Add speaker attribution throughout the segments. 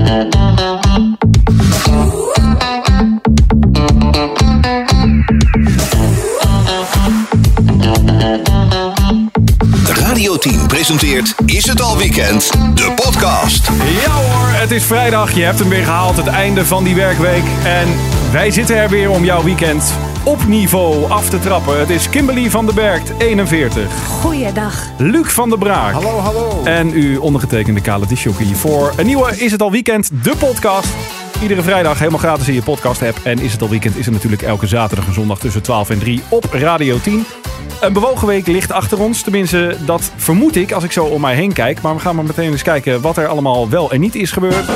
Speaker 1: Radio 10 presenteert Is het al weekend? De podcast.
Speaker 2: Ja hoor, het is vrijdag. Je hebt hem weer gehaald, het einde van die werkweek. En wij zitten er weer om jouw weekend op niveau af te trappen. Het is Kimberly van den Berg, 41.
Speaker 3: Goeiedag.
Speaker 2: Luc van der Braak.
Speaker 4: Hallo, hallo.
Speaker 2: En uw ondergetekende Kale Disjockey voor een nieuwe Is het al weekend? De podcast. Iedere vrijdag helemaal gratis in je podcast app. En Is het al weekend is er natuurlijk elke zaterdag en zondag tussen 12 en 3 op Radio 10. Een bewogen week ligt achter ons. Tenminste, dat vermoed ik als ik zo om mij heen kijk. Maar we gaan maar meteen eens kijken wat er allemaal wel en niet is gebeurd.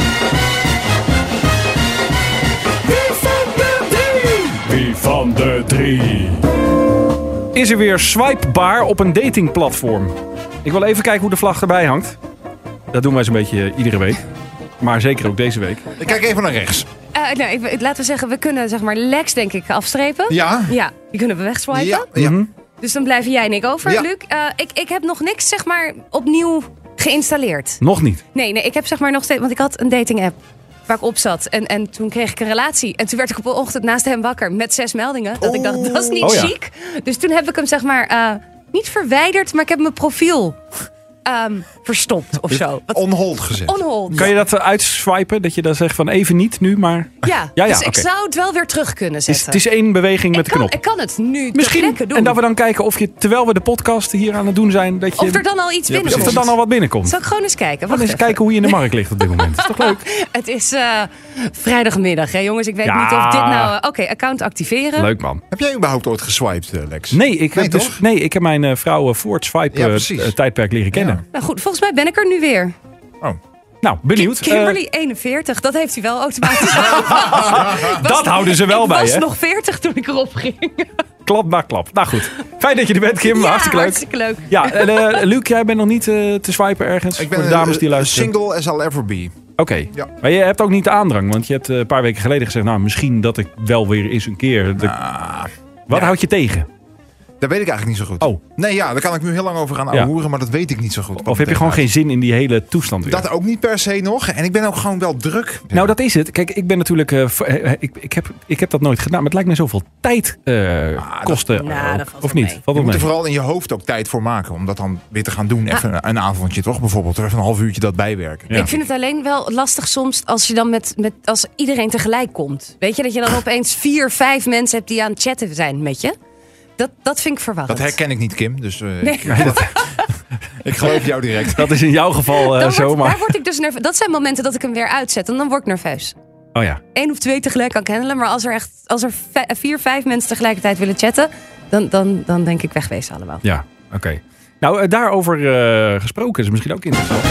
Speaker 2: Wie van de drie? Is er weer swipebaar op een datingplatform? Ik wil even kijken hoe de vlag erbij hangt. Dat doen wij zo'n beetje iedere week. Maar zeker ook deze week.
Speaker 4: Ik kijk even naar rechts.
Speaker 3: Laten we zeggen, we kunnen zeg maar Lex denk ik afstrepen.
Speaker 4: Ja?
Speaker 3: Ja, die kunnen we wegswipen.
Speaker 4: Ja. Ja.
Speaker 2: Mm-hmm.
Speaker 3: Dus dan blijven jij en ik over,
Speaker 4: Ja.
Speaker 3: Luc. Ik heb nog niks zeg maar opnieuw geïnstalleerd.
Speaker 2: Nog niet.
Speaker 3: Nee, ik heb zeg maar nog steeds... Want ik had een dating app waar ik op zat. En toen kreeg ik een relatie. En toen werd ik op een ochtend naast hem wakker met 6 meldingen. Dat ik dacht, dat is niet chic. Dus toen heb ik hem zeg maar niet verwijderd, maar ik heb mijn profiel verstopt of zo.
Speaker 4: On-hold gezet.
Speaker 3: On-hold.
Speaker 2: Kan je dat uitswipen? Dat je dan zegt van even niet nu, maar...
Speaker 3: Ja,
Speaker 2: Ja,
Speaker 3: dus
Speaker 2: oké.
Speaker 3: ik zou het wel weer terug kunnen zetten.
Speaker 2: Het is één beweging met de knop.
Speaker 3: Ik kan het nu
Speaker 2: Misschien.
Speaker 3: ter plekke doen.
Speaker 2: En dat we dan kijken of je, terwijl we de podcast hier aan het doen zijn... Dat je,
Speaker 3: Of er dan al iets
Speaker 2: of
Speaker 3: binnenkomt.
Speaker 2: er dan al wat binnenkomt.
Speaker 3: Zal ik gewoon eens kijken?
Speaker 2: Gewoon
Speaker 3: Wacht
Speaker 2: eens
Speaker 3: even.
Speaker 2: kijken hoe je in de markt ligt op dit moment. Is toch leuk?
Speaker 3: Het is vrijdagmiddag, hè jongens. Ik weet
Speaker 2: Ja.
Speaker 3: niet of dit nou... Oké, account activeren.
Speaker 2: Leuk man.
Speaker 4: Heb jij überhaupt ooit geswiped, Lex?
Speaker 2: Nee, ik heb,
Speaker 4: toch?
Speaker 2: ik heb mijn vrouw voor het
Speaker 4: Ja,
Speaker 2: swipe
Speaker 4: precies.
Speaker 2: tijdperk leren kennen.
Speaker 4: Ja.
Speaker 3: Nou goed, volgens mij ben ik er nu weer.
Speaker 4: Oh.
Speaker 2: Nou, benieuwd.
Speaker 3: Kimberly 41, dat heeft hij wel automatisch.
Speaker 2: Dat houden ze wel bij,
Speaker 3: Ik was
Speaker 2: hè?
Speaker 3: nog 40 toen ik erop ging.
Speaker 2: Klap na klap. Nou goed. Fijn dat je er bent, Kim.
Speaker 3: Ja,
Speaker 2: Hartstikke leuk.
Speaker 3: hartstikke leuk.
Speaker 2: Ja, en Luc, jij bent nog niet te swipen ergens?
Speaker 4: Ik ben
Speaker 2: voor de dames die luisteren.
Speaker 4: single as I'll ever be.
Speaker 2: Oké.
Speaker 4: Ja.
Speaker 2: Maar je hebt ook niet de aandrang. Want je hebt een paar weken geleden gezegd... Nou, misschien dat ik wel weer eens een keer... Wat
Speaker 4: ja.
Speaker 2: houdt je tegen?
Speaker 4: Dat weet ik eigenlijk niet zo goed.
Speaker 2: Oh.
Speaker 4: Nee, ja, daar kan ik nu heel lang over gaan ouwehoeren, maar dat weet ik niet zo goed.
Speaker 2: Of heb je gewoon geen zin in die hele toestand weer?
Speaker 4: Dat ook niet per se nog. En ik ben ook gewoon wel druk.
Speaker 2: Nou, dat is het. Kijk, ik ben natuurlijk... ik heb dat nooit gedaan. Maar het lijkt me zoveel tijd kosten.
Speaker 3: Nou, dat valt
Speaker 2: of
Speaker 3: wel
Speaker 2: niet?
Speaker 3: mee.
Speaker 2: Valt
Speaker 4: Je
Speaker 2: wel
Speaker 4: moet er
Speaker 2: mee?
Speaker 4: vooral in je hoofd ook tijd voor maken. Om dat dan weer te gaan doen. Even een avondje toch? Bijvoorbeeld. Even een half uurtje dat bijwerken.
Speaker 2: Ja.
Speaker 3: Ik vind het alleen wel lastig soms als je dan als iedereen tegelijk komt. Weet je, dat je dan opeens 4, 5 mensen hebt die aan het chatten zijn met je. Dat vind ik verwarrend.
Speaker 4: Dat herken ik niet, Kim. Dus
Speaker 3: Nee.
Speaker 4: ik geloof jou direct.
Speaker 2: Dat is in jouw geval
Speaker 3: Daar word ik dus nerveus. Dat zijn momenten dat ik hem weer uitzet en dan word ik nerveus.
Speaker 2: Oh ja.
Speaker 3: 1 of 2 tegelijk kan ik handelen. Maar als er 4, 5 mensen tegelijkertijd willen chatten, dan denk ik wegwezen allemaal.
Speaker 2: Ja, oké. Nou, daarover gesproken is misschien ook interessant.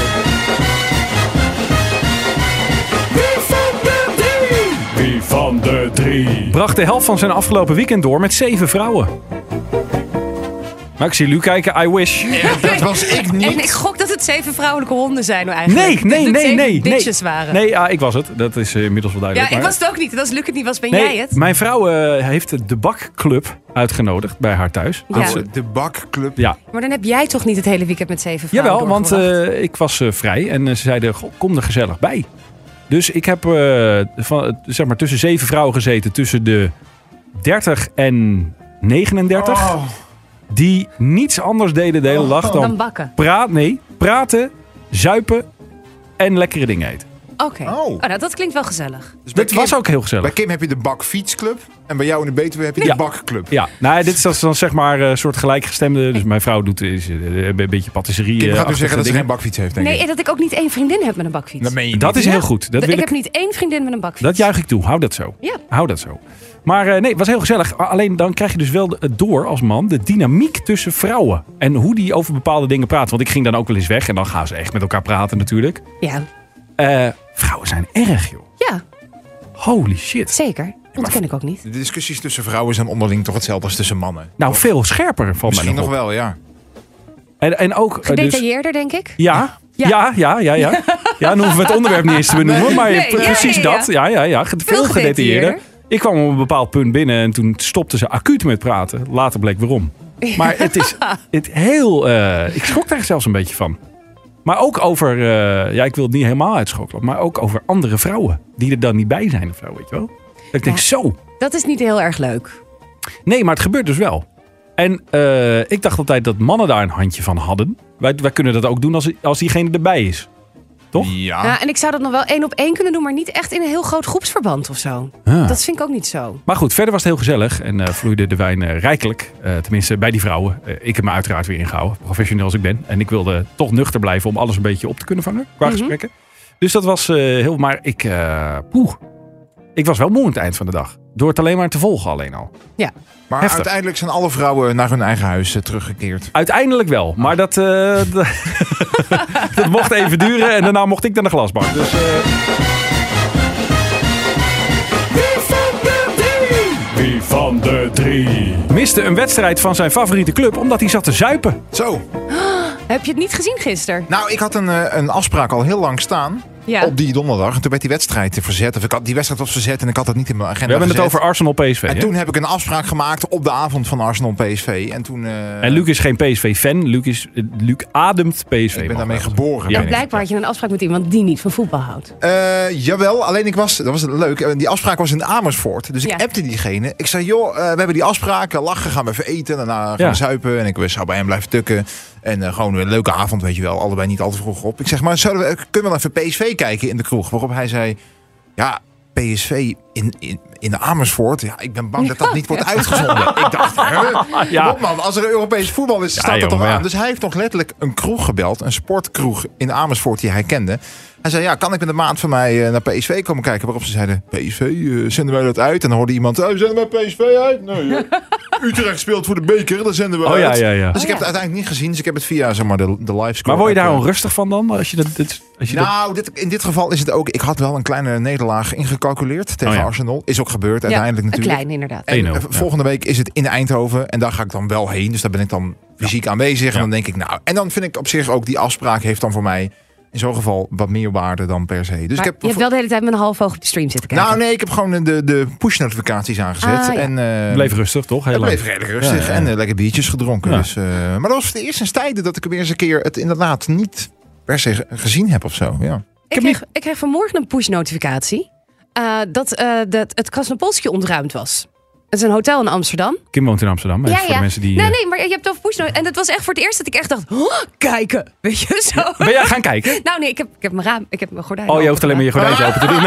Speaker 2: Wie van de drie? Bracht de helft van zijn afgelopen weekend door met 7 vrouwen. Maar ik zie Luc kijken, I wish.
Speaker 4: Ja, dat was ik niet.
Speaker 3: En ik gok dat het 7 vrouwelijke honden zijn eigenlijk.
Speaker 2: Nee.
Speaker 3: Dat het 7 bitches waren.
Speaker 2: Nee, ik was het. Dat is inmiddels wel
Speaker 3: Ja,
Speaker 2: duidelijk.
Speaker 3: ik
Speaker 2: maar-
Speaker 3: was het ook niet. En als Luc het niet was, ben
Speaker 2: Nee,
Speaker 3: jij het?
Speaker 2: mijn vrouw heeft de bakclub uitgenodigd bij haar thuis.
Speaker 3: Ja.
Speaker 2: Dat ze-
Speaker 4: De bakclub.
Speaker 2: ja.
Speaker 3: Maar dan heb jij toch niet het hele weekend met 7 vrouwen
Speaker 2: Jawel, want
Speaker 3: doorgebracht?
Speaker 2: ik was vrij en ze zeiden, "Goh, kom er gezellig bij." Dus ik heb zeg maar tussen 7 vrouwen gezeten tussen de 30 en 39.
Speaker 4: Oh.
Speaker 2: Die niets anders deden de hele dag
Speaker 3: Dan
Speaker 2: dan
Speaker 3: bakken.
Speaker 2: praten, zuipen en lekkere dingen eten.
Speaker 3: Oké.
Speaker 4: Oh.
Speaker 3: Nou, dat klinkt wel gezellig.
Speaker 4: Dus bij
Speaker 2: Dat was ook heel
Speaker 4: Bij
Speaker 2: gezellig.
Speaker 4: Kim heb je de bakfietsclub. En bij jou in de Betuwe heb je de
Speaker 2: Ja.
Speaker 4: bakclub.
Speaker 2: Ja, nou, dit is dan zeg maar een soort gelijkgestemde. Dus mijn vrouw doet een beetje patisserie.
Speaker 4: Kim gaat nu zeggen dat ze
Speaker 2: dingen.
Speaker 4: geen bakfiets heeft, denk
Speaker 3: Nee,
Speaker 4: ik.
Speaker 3: en dat ik ook niet 1 vriendin heb met een bakfiets.
Speaker 4: Dat meen je
Speaker 2: Dat
Speaker 4: niet.
Speaker 2: is heel goed. Dat, wil
Speaker 3: ik
Speaker 2: ik,
Speaker 3: heb niet 1 vriendin met een bakfiets.
Speaker 2: dat juich ik toe. Hou dat zo.
Speaker 3: Ja.
Speaker 2: Hou dat zo. Maar nee, het was heel gezellig. Alleen dan krijg je dus wel door als man de dynamiek tussen vrouwen. En hoe die over bepaalde dingen praten. Want ik ging dan ook wel eens weg. En dan gaan ze echt met elkaar praten natuurlijk.
Speaker 3: Ja,
Speaker 2: Vrouwen zijn erg, joh.
Speaker 3: ja,
Speaker 2: Holy shit.
Speaker 3: zeker. Ontken ik ook niet.
Speaker 4: De discussies tussen vrouwen zijn onderling toch hetzelfde als tussen mannen.
Speaker 2: Nou, veel scherper valt mij
Speaker 4: Misschien
Speaker 2: nog
Speaker 4: nog
Speaker 2: op.
Speaker 4: wel, ja.
Speaker 2: En ook... dus,
Speaker 3: Gedetailleerder, denk ik.
Speaker 2: ja.
Speaker 3: Ja.
Speaker 2: Ja, dan hoeven we het onderwerp niet eens te benoemen. Maar
Speaker 3: Nee,
Speaker 2: precies
Speaker 3: ja.
Speaker 2: dat. Ja. Veel gedetailleerder.
Speaker 3: gedetailleerder.
Speaker 2: Ik kwam op een bepaald punt binnen en toen stopte ze acuut met praten. Later bleek waarom. Maar het is heel... ik schrok daar zelfs een beetje van. Maar ook over, ik wil het niet helemaal uitschokkelen, maar ook over andere vrouwen die er dan niet bij zijn of zo, weet je wel. Dat ik denk, zo.
Speaker 3: Dat is niet heel erg leuk.
Speaker 2: Nee, maar het gebeurt dus wel. En ik dacht altijd dat mannen daar een handje van hadden. Wij kunnen dat ook doen als diegene erbij is. Toch?
Speaker 3: Ja, en ik zou dat nog wel 1 op 1 kunnen doen, maar niet echt in een heel groot groepsverband of zo. Dat vind ik ook niet zo.
Speaker 2: Maar goed, verder was het heel gezellig en vloeide de wijn rijkelijk. Tenminste, bij die vrouwen. Ik heb me uiteraard weer ingehouden, professioneel als ik ben. En ik wilde toch nuchter blijven om alles een beetje op te kunnen vangen qua gesprekken. Dus dat was heel... Maar ik was wel moe aan het eind van de dag. Door het alleen maar te volgen alleen al.
Speaker 3: Ja.
Speaker 4: Maar
Speaker 2: heftig.
Speaker 4: uiteindelijk zijn alle vrouwen naar hun eigen huis teruggekeerd.
Speaker 2: Uiteindelijk wel. Maar dat mocht even duren. En daarna mocht ik naar de glasbak. Dus, Wie van de drie miste een wedstrijd van zijn favoriete club omdat hij zat te zuipen.
Speaker 4: Zo.
Speaker 3: Heb je het niet gezien gisteren?
Speaker 4: Nou, ik had een afspraak al heel lang staan.
Speaker 3: Ja.
Speaker 4: Op die donderdag. En toen werd die wedstrijd verzet. Of die wedstrijd was verzet en ik had het niet in mijn agenda
Speaker 2: We hebben het over Arsenal-PSV.
Speaker 4: En toen heb ik een afspraak gemaakt op de avond van Arsenal-PSV. En toen...
Speaker 2: En Luc is geen PSV-fan. Luc ademt PSV.
Speaker 4: Ik ben daarmee geboren.
Speaker 2: Ja.
Speaker 3: En blijkbaar had je een afspraak met iemand die niet van voetbal houdt.
Speaker 4: Jawel, alleen dat was leuk. Die afspraak was in Amersfoort. Dus ik appte diegene. Ik zei, joh, we hebben die afspraak. Lachen, gaan we even eten. Daarna gaan we zuipen. En ik zou bij hem blijven tukken. En gewoon een leuke avond, weet je wel. Allebei niet al te vroeg op. Ik zeg, maar kunnen we wel even PSV kijken in de kroeg? Waarop hij zei, ja, PSV in Amersfoort. Ja, ik ben bang dat dat niet wordt uitgezonden. Ik dacht, man, als er Europees voetbal is, staat dat toch aan. Dus hij heeft nog letterlijk een kroeg gebeld. Een sportkroeg in Amersfoort die hij kende. Hij zei, kan ik met een maat van mij naar PSV komen kijken? Waarop ze zeiden, PSV, zenden wij dat uit? En dan hoorde iemand, zenden wij PSV uit? Nee, Utrecht speelt voor de beker, dan zenden we uit.
Speaker 2: Ja.
Speaker 4: Dus ik heb het uiteindelijk niet gezien. Dus ik heb het via zeg maar, de live score.
Speaker 2: Maar word je daar onrustig van dan? Als je
Speaker 4: in dit geval is het ook... Ik had wel een kleine nederlaag ingecalculeerd tegen Arsenal. Is ook gebeurd uiteindelijk natuurlijk.
Speaker 3: Een klein inderdaad.
Speaker 4: En volgende week is het in Eindhoven. En daar ga ik dan wel heen. Dus daar ben ik dan fysiek aanwezig. En dan denk ik, en dan vind ik op zich ook die afspraak heeft dan voor mij... in zo'n geval wat meer waarde dan per se. Dus
Speaker 3: je hebt wel de hele tijd met een half oog op de stream zitten kijken.
Speaker 4: Nou nee, ik heb gewoon de push-notificaties aangezet. En
Speaker 2: bleef rustig, toch?
Speaker 4: Het bleef redelijk rustig. En lekker biertjes gedronken. Dus, maar dat was de eerste sinds tijden dat ik weer eens een keer het inderdaad niet per se gezien heb of zo. Ja.
Speaker 3: Ik kreeg vanmorgen een push-notificatie dat het Krasnopolski ontruimd was. Het is een hotel in Amsterdam.
Speaker 2: Kim woont in Amsterdam. Voor de mensen die,
Speaker 3: Nee, maar je hebt over push. En het was echt voor het eerst dat ik echt dacht, kijken. Weet je zo.
Speaker 2: Ben jij gaan kijken?
Speaker 3: Nou nee, ik heb mijn raam, ik heb mijn gordijn.
Speaker 2: Oh, je hoeft alleen maar je gordijntje open te doen.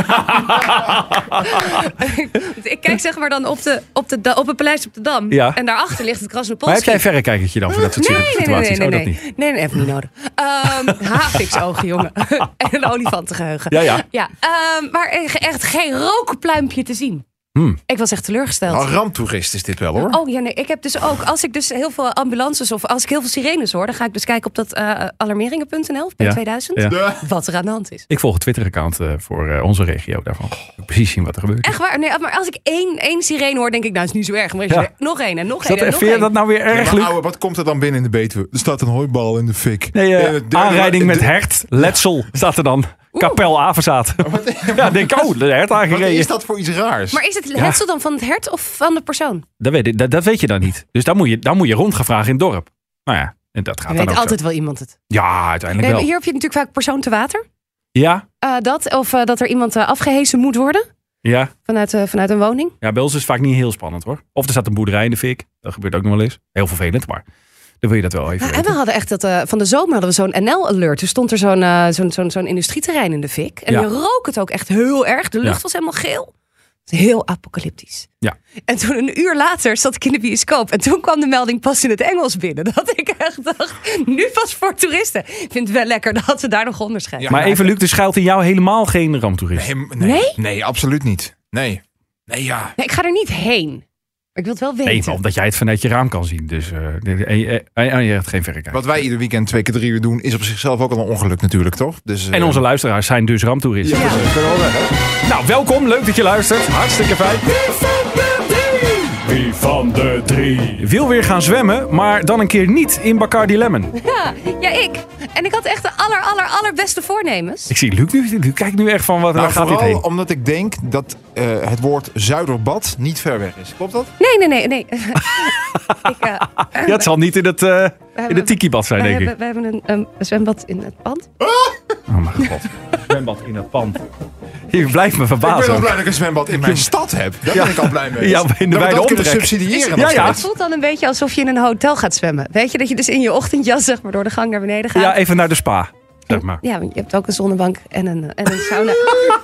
Speaker 3: Ik kijk zeg maar dan op het paleis op de Dam.
Speaker 2: Ja.
Speaker 3: En daarachter ligt het Krasnopolski.
Speaker 2: Maar heb jij een verrekijkertje dan voor dat soort situaties?
Speaker 3: Nee, even niet nodig. Havix-ogen, jongen. En een olifantengeheugen.
Speaker 2: Ja.
Speaker 3: Maar echt geen rookpluimpje te zien. Ik was echt teleurgesteld.
Speaker 4: Nou, ramptoerist is dit wel hoor.
Speaker 3: Oh ja, nee. Ik heb dus ook, als ik dus heel veel ambulances of als ik heel veel sirenes hoor, dan ga ik dus kijken op dat alarmeringen.nl, P2000. Ja. Wat er aan de hand is.
Speaker 2: Ik volg het Twitter-account voor onze regio daarvan. Ik precies zien wat er gebeurt.
Speaker 3: Echt waar? Nee, maar als ik één sirene hoor, denk ik, nou is niet zo erg. Maar er nog één en nog één en nog
Speaker 2: Vind je dat nou weer erg, Luc?
Speaker 4: Wat komt er dan binnen in de Betuwe? Er staat een hooibal in de fik.
Speaker 2: Nee, aanrijding met hert, letsel staat er dan. Kapel Averzaat. Ja, denk ik, de hert aangereden.
Speaker 4: Wat is dat voor iets raars?
Speaker 3: Maar is het letsel dan van het hert of van de persoon?
Speaker 2: Dat weet je dan niet. Dus dan moet je rond gaan vragen in het dorp. Nou ja, en dat gaat dan ook
Speaker 3: weet altijd wel iemand het.
Speaker 2: Ja, uiteindelijk wel.
Speaker 3: Hier heb je natuurlijk vaak persoon te water.
Speaker 2: Ja.
Speaker 3: Dat er iemand afgehezen moet worden.
Speaker 2: Ja.
Speaker 3: Vanuit een woning.
Speaker 2: Ja, bij ons is het vaak niet heel spannend hoor. Of er staat een boerderij in de fik. Dat gebeurt ook nog wel eens. Heel vervelend, maar... Dan wil je dat wel even weten.
Speaker 3: En we hadden echt van de zomer hadden we zo'n NL-alert. Toen stond er zo'n industrieterrein in de fik. En je rook het ook echt heel erg. De lucht was helemaal geel. Heel apocalyptisch.
Speaker 2: Ja.
Speaker 3: En toen een uur later zat ik in de bioscoop. En toen kwam de melding pas in het Engels binnen. Dat ik echt dacht, nu pas voor toeristen. Ik vind het wel lekker dat we daar nog onderscheiden.
Speaker 2: Ja, maar even Luc, er schuilt in jou helemaal geen ramptoerist.
Speaker 4: Nee, absoluut niet. Nee,
Speaker 3: ik ga er niet heen. Maar ik wil het wel weten.
Speaker 2: Nee, omdat jij het vanuit je raam kan zien. Dus je hebt geen verrekijker.
Speaker 4: Wat wij ieder weekend 2 keer 3 uur doen, is op zichzelf ook al een ongeluk natuurlijk, toch? Dus,
Speaker 2: en onze luisteraars zijn dus ramptoeristen.
Speaker 4: Ja, dat kunnen we wel weg, hè?
Speaker 2: Nou, welkom. Leuk dat je luistert. Hartstikke fijn. Wie van de 3 wil weer gaan zwemmen, maar dan een keer niet in Bacardi Lemon?
Speaker 3: Ja, ik. En ik had echt de allerbeste voornemens.
Speaker 2: Ik zie Luc nu. Luc kijkt nu echt van wat waar gaat dit heen?
Speaker 4: Vooral omdat ik denk dat het woord Zuiderbad niet ver weg is. Klopt dat?
Speaker 3: Nee.
Speaker 2: Ja, het zal niet in het tiki-bad zijn, denk ik.
Speaker 3: We hebben een zwembad in het pand.
Speaker 2: Oh mijn god. Zwembad in het pand. Je blijft me verbazen.
Speaker 4: Ik ben al blij dat ik een zwembad in mijn stad heb. Daar ben ik al blij mee.
Speaker 2: Ja, in de beide
Speaker 4: dat kunnen
Speaker 2: omtrek.
Speaker 4: subsidiëren.
Speaker 2: Ja.
Speaker 3: Het voelt dan een beetje alsof je in een hotel gaat zwemmen. Weet je, dat je dus in je ochtendjas zeg maar door de gang naar beneden gaat.
Speaker 2: Ja, even naar de spa. Zeg maar.
Speaker 3: Ja, je hebt ook een zonnebank en een sauna.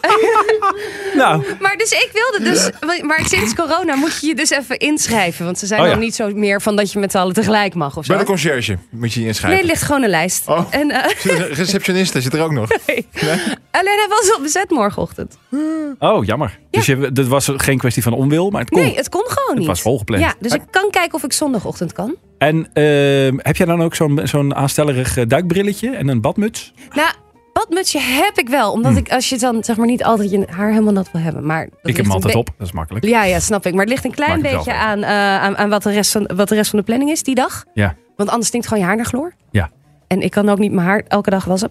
Speaker 2: Nou.
Speaker 3: Maar dus ik wilde dus... Maar sinds corona moet je dus even inschrijven. Want ze zijn dan niet zo meer van dat je met z'n allen tegelijk mag of zo.
Speaker 4: Bij de conciërge moet je inschrijven.
Speaker 3: Nee, er ligt gewoon een lijst.
Speaker 4: Oh.
Speaker 3: En,
Speaker 4: receptioniste zit er ook nog.
Speaker 3: Nee. Alleen hij was op bezet morgenochtend.
Speaker 2: Oh, jammer. Ja. Dus dat was geen kwestie van onwil, maar het kon.
Speaker 3: Nee, het kon gewoon niet.
Speaker 2: Het was volgepland.
Speaker 3: Ja, dus ik kan kijken of ik zondagochtend kan.
Speaker 2: En heb jij dan ook zo'n aanstellerig duikbrilletje en een badmuts?
Speaker 3: Nou, badmutsje heb ik wel. Omdat ik, als je dan zeg maar niet altijd je haar helemaal nat wil hebben. Maar
Speaker 2: ik heb hem altijd op, dat is makkelijk.
Speaker 3: Ja, snap ik. Maar het ligt een klein beetje aan wat de rest van de planning is die dag.
Speaker 2: Ja.
Speaker 3: Want anders stinkt gewoon je haar naar chloor.
Speaker 2: Ja.
Speaker 3: En ik kan ook niet mijn haar elke dag wassen.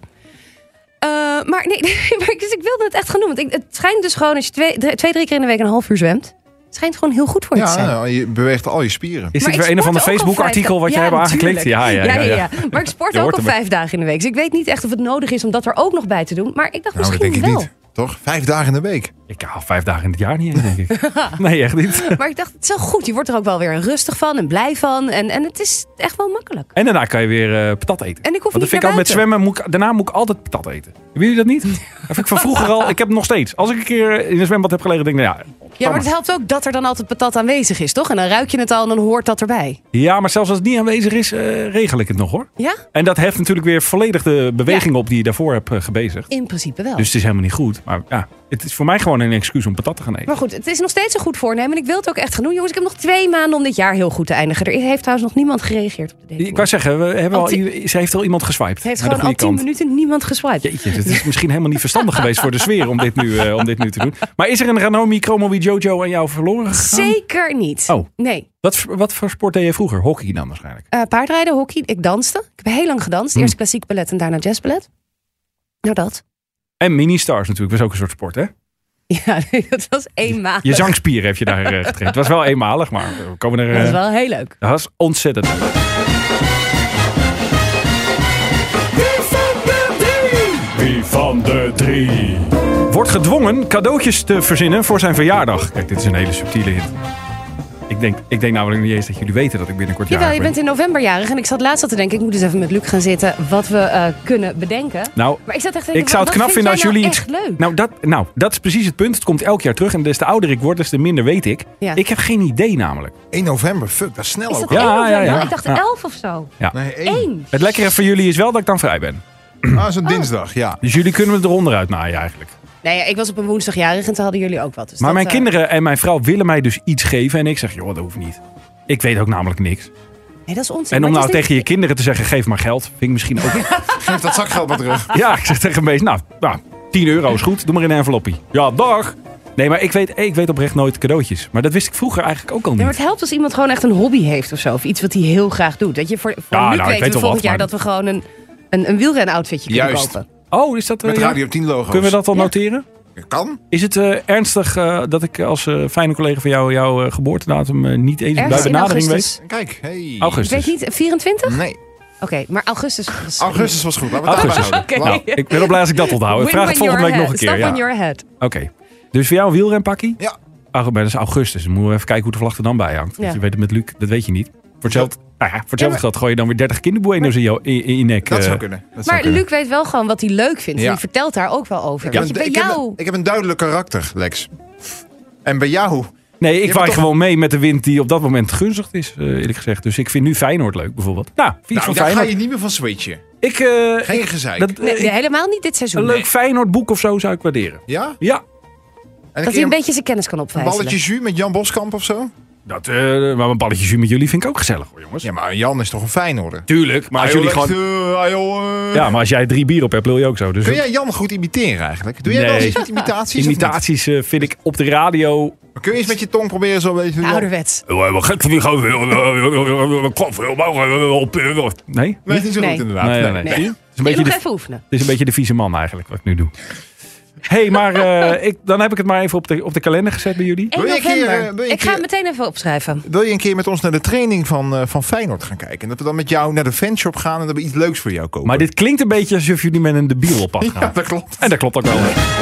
Speaker 3: Maar nee, dus ik wilde het echt gaan doen. Want het schijnt dus gewoon als je 2-3 keer in de week een half uur zwemt. Het schijnt gewoon heel goed voor je te zijn.
Speaker 4: Ja, je beweegt al je spieren.
Speaker 2: Is dit weer een of ander Facebook-artikel wat jij hebt aangeklikt? Ja.
Speaker 3: Maar ik sport ook al 5 dagen in de week. Dus ik weet niet echt of het nodig is om dat er ook nog bij te doen. Maar ik dacht misschien
Speaker 4: dat denk ik
Speaker 3: wel.
Speaker 4: Niet. Toch? 5 dagen in de week.
Speaker 2: Ik haal 5 dagen in het jaar niet eens, denk ik. Nee, echt niet.
Speaker 3: Maar ik dacht, het is wel goed. Je wordt er ook wel weer rustig van en blij van. En het is echt wel makkelijk.
Speaker 2: En daarna kan je weer patat eten.
Speaker 3: En ik hoef
Speaker 2: Want dat
Speaker 3: niet
Speaker 2: vind ik al met zwemmen. Daarna moet ik altijd patat eten. Hebben jullie dat niet? Dat heb ik van vroeger al. Ik heb het nog steeds. Als ik een keer in een zwembad heb gelegen, denk ik, nou ja.
Speaker 3: Ja, maar het helpt ook dat er dan altijd patat aanwezig is, toch? En dan ruik je het al en dan hoort dat erbij.
Speaker 2: Ja, maar zelfs als het niet aanwezig is, regel ik het nog, hoor.
Speaker 3: Ja?
Speaker 2: En dat heft natuurlijk weer volledig de beweging op die je daarvoor hebt gebezigd.
Speaker 3: In principe wel.
Speaker 2: Dus het is helemaal niet goed. Maar ja, het is voor mij gewoon een excuus om patat te gaan eten.
Speaker 3: Maar goed, het is nog steeds een goed voornemen. En ik wil het ook echt gaan doen. Jongens, ik heb nog 2 maanden om dit jaar heel goed te eindigen. Er heeft trouwens nog niemand gereageerd op de dating.
Speaker 2: Ik wou zeggen, ze heeft al iemand geswiped.
Speaker 3: Heeft gewoon al 10 minuten niemand geswiped.
Speaker 2: Jeetje, het is misschien helemaal niet verstandig geweest voor de sfeer om dit nu te doen. Maar is er een Ranomi, Chromowie, Jojo aan jou verloren gegaan?
Speaker 3: Zeker niet.
Speaker 2: Oh.
Speaker 3: Nee.
Speaker 2: Wat voor sport deed je vroeger? Hockey dan waarschijnlijk?
Speaker 3: Paardrijden, hockey. Ik danste. Ik heb heel lang gedanst. Eerst klassiek ballet en daarna jazzballet. Nou, dat.
Speaker 2: En mini-stars natuurlijk. Was ook een soort sport, hè?
Speaker 3: Ja, dat was eenmalig.
Speaker 2: Je zangspier heb je daar getraind. Het was wel eenmalig, maar we komen er...
Speaker 3: Dat was wel heel leuk.
Speaker 2: Dat was ontzettend leuk. Wie van de 3 wordt gedwongen cadeautjes te verzinnen voor zijn verjaardag? Kijk, dit is een hele subtiele hint. Ik denk namelijk niet eens dat jullie weten dat ik binnenkort jarig ben.
Speaker 3: Jawel, je bent in november jarig. En ik zat laatst al te denken, ik moet eens even met Luc gaan zitten wat we kunnen bedenken.
Speaker 2: Nou,
Speaker 3: maar ik zat echt te denken,
Speaker 2: ik zou het knap vinden als jullie iets...
Speaker 3: echt leuk?
Speaker 2: Nou, dat is precies het punt. Het komt elk jaar terug. En des te ouder ik word, des te minder weet ik. Ja. Ik heb geen idee namelijk.
Speaker 4: 1 november, fuck, dat is snel
Speaker 3: is
Speaker 4: ook.
Speaker 3: Dat 1 november? Ik dacht 11 of zo.
Speaker 2: Ja.
Speaker 4: Nee, 1.
Speaker 2: Het lekkere voor jullie is wel dat ik dan vrij ben.
Speaker 4: Zo'n dinsdag, ja.
Speaker 2: Dus jullie kunnen me eronder uit naaien eigenlijk.
Speaker 3: Nee, ik was op een woensdag jarig en toen hadden jullie ook wat. Dus
Speaker 2: maar mijn kinderen en mijn vrouw willen mij dus iets geven. En ik zeg, joh, dat hoeft niet. Ik weet ook namelijk niks.
Speaker 3: Nee, dat is onzin.
Speaker 2: En om nou tegen je kinderen te zeggen, geef maar geld. Vind ik misschien ook...
Speaker 4: Geef dat zakgeld maar terug.
Speaker 2: Ja, ik zeg tegen een beetje, nou, 10 euro is goed. Doe maar in een enveloppie. Ja, dag. Nee, maar ik weet oprecht nooit cadeautjes. Maar dat wist ik vroeger eigenlijk ook al niet.
Speaker 3: Ja, maar het helpt als iemand gewoon echt een hobby heeft of zo. Of iets wat hij heel graag doet. Dat je voor Luc weten we volgend jaar dat we gewoon een wielren-outfitje kunnen kopen.
Speaker 2: Oh, is dat...
Speaker 4: Met Radio 10 logo's.
Speaker 2: Kunnen we dat al noteren?
Speaker 4: Kan.
Speaker 2: Is het ernstig dat ik als fijne collega van jou jouw geboortedatum niet eens bij benadering weet?
Speaker 4: Kijk, hey.
Speaker 2: Augustus.
Speaker 3: Ik weet niet, 24?
Speaker 4: Nee.
Speaker 3: Oké, maar augustus...
Speaker 4: Augustus was goed. Laten we het daarbij houden.
Speaker 2: Nou, ik ben wel blij als ik dat onthoud. Ik vraag het volgende week nog een keer.
Speaker 3: Stop on your head.
Speaker 2: Oké. Dus voor jou een wielrenpakkie?
Speaker 4: Ja.
Speaker 2: Dat is augustus. Dan moeten we even kijken hoe de vlag er dan bij hangt. Want je weet het met Luc, dat weet je niet. Voor hetzelfde geld gooi je dan weer 30 kinderbueno's in je nek.
Speaker 4: Dat zou kunnen.
Speaker 3: Luc weet wel gewoon wat hij leuk vindt. Ja. Die vertelt daar ook wel over.
Speaker 4: Ik heb een duidelijk karakter, Lex. En bij jou...
Speaker 2: Nee, ik waai gewoon mee met de wind die op dat moment gunstig is, eerlijk gezegd. Dus ik vind nu Feyenoord leuk, bijvoorbeeld. Nou,
Speaker 4: daar ga je niet meer van switchen. Geen gezeik.
Speaker 3: Nee, helemaal niet dit seizoen.
Speaker 2: Een leuk Feyenoord boek of zo zou ik waarderen.
Speaker 4: Ja?
Speaker 2: Ja.
Speaker 3: En dat hij een beetje zijn kennis kan opvijzelen.
Speaker 4: Een balletje jus met Jan Boskamp of zo?
Speaker 2: Maar een balletje jus met jullie vind ik ook gezellig, hoor, jongens.
Speaker 4: Ja, maar Jan is toch een Feyenoorder?
Speaker 2: Tuurlijk, maar als jullie gewoon... Ja, maar als jij 3 bier op hebt, wil je ook zo. Dus
Speaker 4: kun jij Jan goed imiteren eigenlijk? Doe jij wel eens iets met imitaties?
Speaker 2: Imitaties vind ik op de radio
Speaker 4: Kun je eens met je tong proberen zo een beetje...
Speaker 3: Ouderwets.
Speaker 2: Nee?
Speaker 4: Nee, is niet zo goed inderdaad.
Speaker 2: Nee.
Speaker 3: Nee.
Speaker 2: Het is
Speaker 3: Nog even oefenen.
Speaker 2: Het is een beetje de vieze man eigenlijk wat ik nu doe. Maar dan heb ik het maar even op de kalender gezet bij jullie.
Speaker 3: 1 november. Ik ga het meteen even opschrijven.
Speaker 4: Wil je een keer met ons naar de training van Feyenoord gaan kijken? En dat we dan met jou naar de fanshop gaan en dat we iets leuks voor jou kopen.
Speaker 2: Maar dit klinkt een beetje alsof jullie met een debiel op pad gaan.
Speaker 4: Ja, dat klopt.
Speaker 2: En dat klopt ook wel.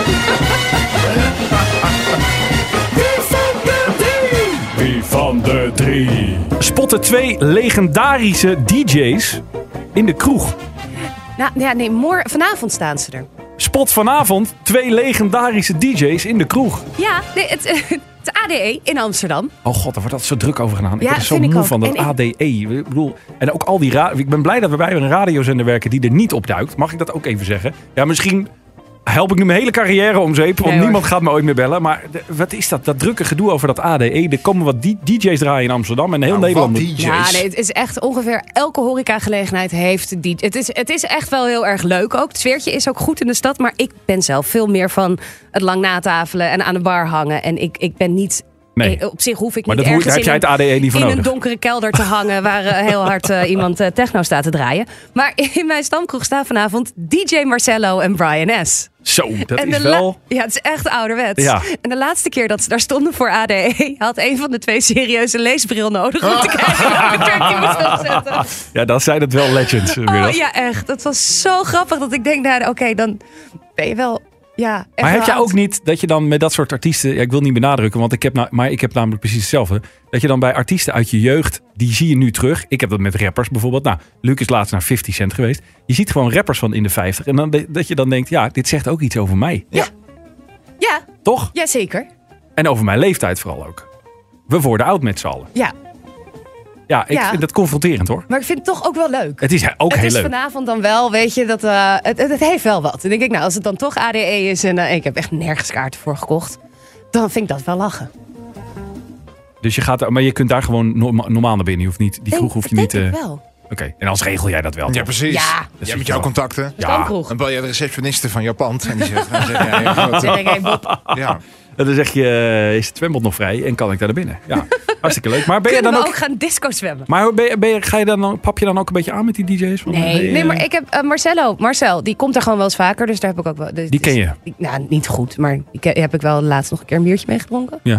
Speaker 2: Wie van de 3 spotten 2 legendarische DJ's in de kroeg.
Speaker 3: Vanavond staan ze er.
Speaker 2: Spot vanavond 2 legendarische DJ's in de kroeg.
Speaker 3: Ja, het ADE in Amsterdam.
Speaker 2: Oh god, daar wordt dat zo druk over gedaan.
Speaker 3: Ja,
Speaker 2: ik ben zo moe van dat ADE. Ik bedoel, en ook al die ik ben blij dat we bij een radiozender werken die er niet op duikt. Mag ik dat ook even zeggen? Ja, misschien help ik nu mijn hele carrière om zeep, want niemand gaat me ooit meer bellen. Maar wat is dat? Dat drukke gedoe over dat ADE. Er komen wat DJ's draaien in Amsterdam en heel Nederland.
Speaker 3: Ja, nee, het is echt ongeveer elke horecagelegenheid heeft die. Het is echt wel heel erg leuk ook. Het sfeertje is ook goed in de stad. Maar ik ben zelf veel meer van het lang natafelen en aan de bar hangen. En ik ben niet... Nee. Op zich hoef ik niet ergens
Speaker 2: heb jij het ADE niet voor
Speaker 3: in
Speaker 2: nodig.
Speaker 3: Een donkere kelder te hangen waar heel hard iemand techno staat te draaien. Maar in mijn stamkroeg staan vanavond DJ Marcello en Brian S.
Speaker 2: Zo, dat is wel...
Speaker 3: Ja, het is echt ouderwets.
Speaker 2: Ja.
Speaker 3: En de laatste keer dat ze daar stonden voor ADE... had een van de 2 serieuze leesbril nodig om te kijken welke track je moest opzetten.
Speaker 2: Ja, dan zijn het wel legends.
Speaker 3: Ja, echt. Het was zo grappig dat ik denk, oké, dan ben je wel... Ja,
Speaker 2: maar heb jij ook niet dat je dan met dat soort artiesten... Ja, ik wil niet benadrukken, want ik heb namelijk precies hetzelfde. Dat je dan bij artiesten uit je jeugd, die zie je nu terug. Ik heb dat met rappers bijvoorbeeld. Nou, Luc is laatst naar 50 Cent geweest. Je ziet gewoon rappers van in de 50. En dan, dat je dan denkt, ja, dit zegt ook iets over mij.
Speaker 3: Ja.
Speaker 2: Toch?
Speaker 3: Ja, zeker.
Speaker 2: En over mijn leeftijd vooral ook. We worden oud met z'n allen.
Speaker 3: Ja.
Speaker 2: Ja, ik vind dat confronterend hoor.
Speaker 3: Maar ik vind het toch ook wel leuk.
Speaker 2: Het is ook heel leuk.
Speaker 3: Het is vanavond dan wel, weet je, dat het heeft wel wat. Dan denk ik, als het dan toch ADE is en ik heb echt nergens kaarten voor gekocht, dan vind ik dat wel lachen.
Speaker 2: Dus je gaat, maar je kunt daar gewoon normaal naar binnen. Je hoeft niet, die kroeg hoef je niet...
Speaker 3: Denk ik wel.
Speaker 2: Oké, en als regel jij dat wel.
Speaker 4: Ja, precies.
Speaker 3: Ja.
Speaker 4: Jij met jouw contacten.
Speaker 2: Ja.
Speaker 4: Dan bel je de receptioniste van jouw pand. En die zegt,
Speaker 2: ja. En dan zeg je, is het zwembad nog vrij en kan ik daar naar binnen? Ja, hartstikke leuk. Maar ben je dan
Speaker 3: ook gaan disco zwemmen?
Speaker 2: Maar pap je dan ook een beetje aan met die DJ's? Van,
Speaker 3: nee, maar ik heb Marcel, die komt er gewoon wel eens vaker. Dus daar heb ik ook wel...
Speaker 2: Die ken je?
Speaker 3: Niet goed, maar heb ik wel laatst nog een keer een biertje mee gedronken.
Speaker 2: Ja.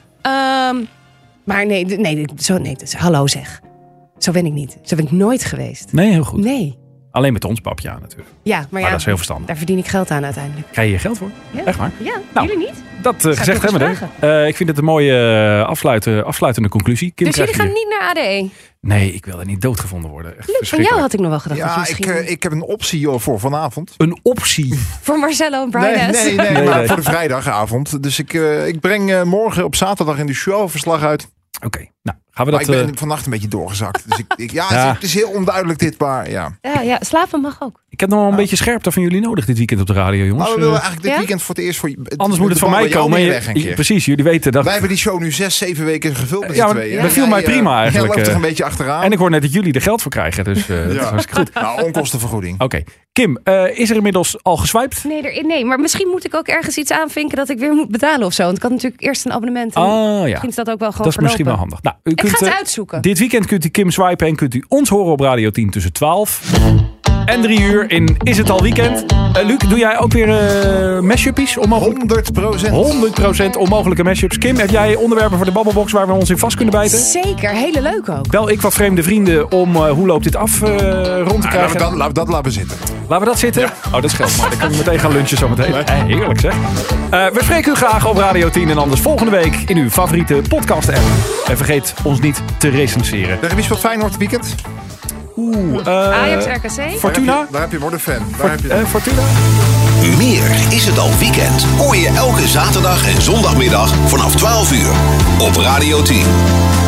Speaker 3: Maar hallo zeg. Zo ben ik niet. Zo ben ik nooit geweest.
Speaker 2: Nee, heel goed.
Speaker 3: Nee.
Speaker 2: Alleen met ons papje aan natuurlijk.
Speaker 3: Ja, maar
Speaker 2: dat is heel verstandig.
Speaker 3: Daar verdien ik geld aan uiteindelijk.
Speaker 2: Krijg je geld voor?
Speaker 3: Ja.
Speaker 2: Echt waar?
Speaker 3: Ja,
Speaker 2: nou,
Speaker 3: jullie niet?
Speaker 2: Dat gezegd hebben we. Ik vind het een mooie afsluitende conclusie. Kim,
Speaker 3: dus jullie gaan niet naar ADE?
Speaker 2: Nee, ik wil er niet doodgevonden worden.
Speaker 3: Leuk, van jou had ik nog wel gedacht.
Speaker 4: Ja, ik heb een optie voor vanavond.
Speaker 2: Een optie?
Speaker 3: Voor Marcello en Brian S?
Speaker 4: Nee, maar voor de vrijdagavond. Dus ik breng morgen op zaterdag in de show verslag uit.
Speaker 2: Oké, nou gaan we dat...
Speaker 4: Maar ik ben vannacht een beetje doorgezakt. Dus het is heel onduidelijk dit, maar ja.
Speaker 3: Ja, slapen mag ook.
Speaker 2: Ik heb nog wel een beetje scherpte van jullie nodig dit weekend op de radio, jongens.
Speaker 4: Maar we willen eigenlijk dit weekend voor het eerst...
Speaker 2: Anders moet het van mij komen. Precies, jullie weten dat...
Speaker 4: Wij hebben die show nu 6-7 weken gevuld met
Speaker 2: z'n tweeën. Dat viel mij prima eigenlijk.
Speaker 4: Jij loopt er een beetje achteraan.
Speaker 2: En ik hoor net dat jullie er geld voor krijgen, dus dat is hartstikke goed.
Speaker 4: Nou, onkostenvergoeding.
Speaker 2: Oké. Kim, is er inmiddels al geswiped?
Speaker 3: Nee, maar misschien moet ik ook ergens iets aanvinken dat ik weer moet betalen of zo. Want ik had natuurlijk eerst een abonnement.
Speaker 2: Misschien
Speaker 3: is dat ook wel gewoon
Speaker 2: dat is misschien wel handig. Nou,
Speaker 3: ik ga het uitzoeken.
Speaker 2: Dit weekend kunt u Kim swipen en kunt u ons horen op Radio 10 tussen 12 en 3 uur in Is het al weekend. Luc, doe jij ook weer mashuppies?
Speaker 4: 100%.
Speaker 2: 100% onmogelijke mashups. Kim, heb jij onderwerpen voor de babbelbox waar we ons in vast kunnen bijten?
Speaker 3: Zeker, hele leuk ook.
Speaker 2: Bel ik wat vreemde vrienden om hoe loopt dit af rond te krijgen.
Speaker 4: Dat laten we zitten.
Speaker 2: Laten we dat zitten? Ja. Oh, dat scheelt maar. Dan kunnen we meteen gaan lunchen zometeen. Nee. Heerlijk zeg. We spreken u graag op Radio 10 en anders volgende week in uw favoriete podcast app. En vergeet ons niet te recenseren.
Speaker 4: Daar heb je wat Feyenoord weekend?
Speaker 3: Ajax RKC.
Speaker 4: Fortuna? Daar heb je worden fan.
Speaker 2: Fortuna?
Speaker 1: Meer Is het al weekend. Hoor je elke zaterdag en zondagmiddag vanaf 12 uur op Radio 10.